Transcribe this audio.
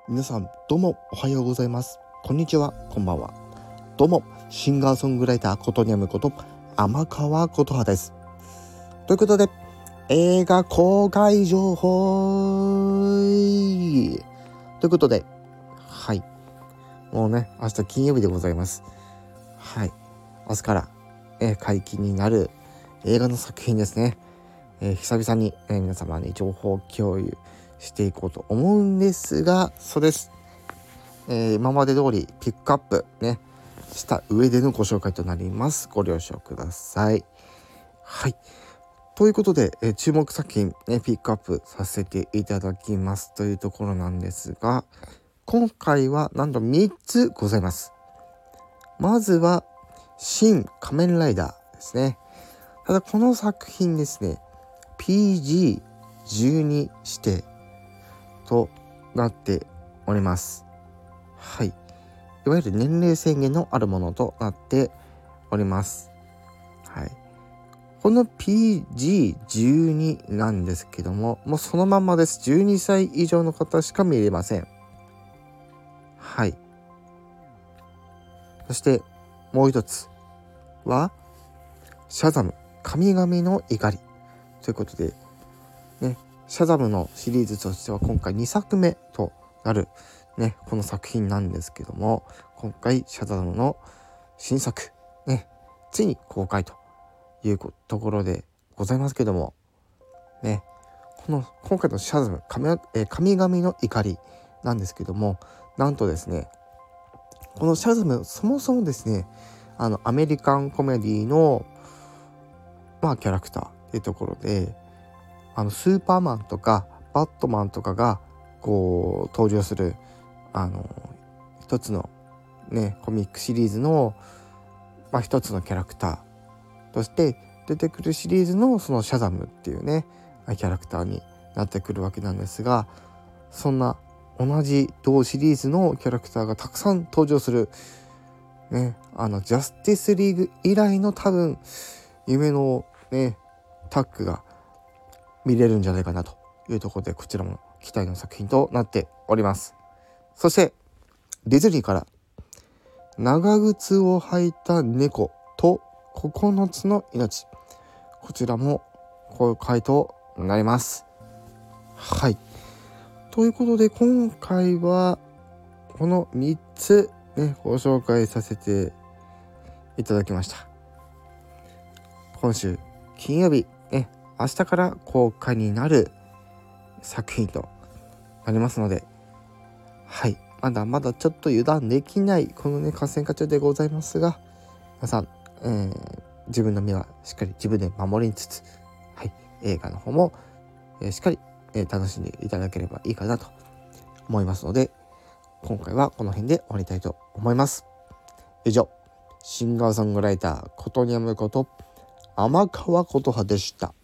皆さんどうもおはようございます。こんにちは、こんばんは。どうもシンガーソングライターことにゃむこと天川琴葉です。ということで映画公開情報ということで、もうね、明日金曜日でございます。明日から、解禁になる映画の作品ですね。久々に、皆様に情報共有していこうと思うんですが、そうです。今まで通りピックアップねした上でのご紹介となります。ご了承ください。ということで、注目作品、ピックアップさせていただきますというところなんですが、今回はなんと3つございます。まずは新仮面ライダーですね。ただこの作品ですね、PG12 指定となっております。いわゆる年齢制限のあるものとなっております。この PG12 なんですけども、もうそのままです。12歳以上の方しか見れません。そしてもう一つはシャザム神々の怒りということでね、シャザムのシリーズとしては今回2作目となるね、この作品なんですけども、今回シャザムの新作ね、ついに公開というところでございますけどもね、今回のシャザム神々の怒りなんですけども、なんとですね、このシャザムそもそもですね、アメリカンコメディのキャラクターっていうところで、スーパーマンとかバットマンとかがこう登場する一つのねコミックシリーズの一つのキャラクターとして出てくるシリーズのそのシャザムっていうねキャラクターになってくるわけなんですが、そんな同じ同シリーズのキャラクターがたくさん登場するね、ジャスティスリーグ以来の多分夢のねタッグが見れるんじゃないかなというところで、こちらも期待の作品となっております。そしてディズニーから長靴を履いた猫と9つの命、こちらも公開となります。ということで今回はこの3つご紹介させていただきました。今週金曜日明日から公開になる作品となりますので、まだまだちょっと油断できないこの合戦課長でございますが、皆さん、自分の身はしっかり自分で守りつつ、映画の方も、しっかり、楽しんでいただければいいかなと思いますので、今回はこの辺で終わりたいと思います。以上、シンガーソングライターことにゃむこと天川琴葉でした。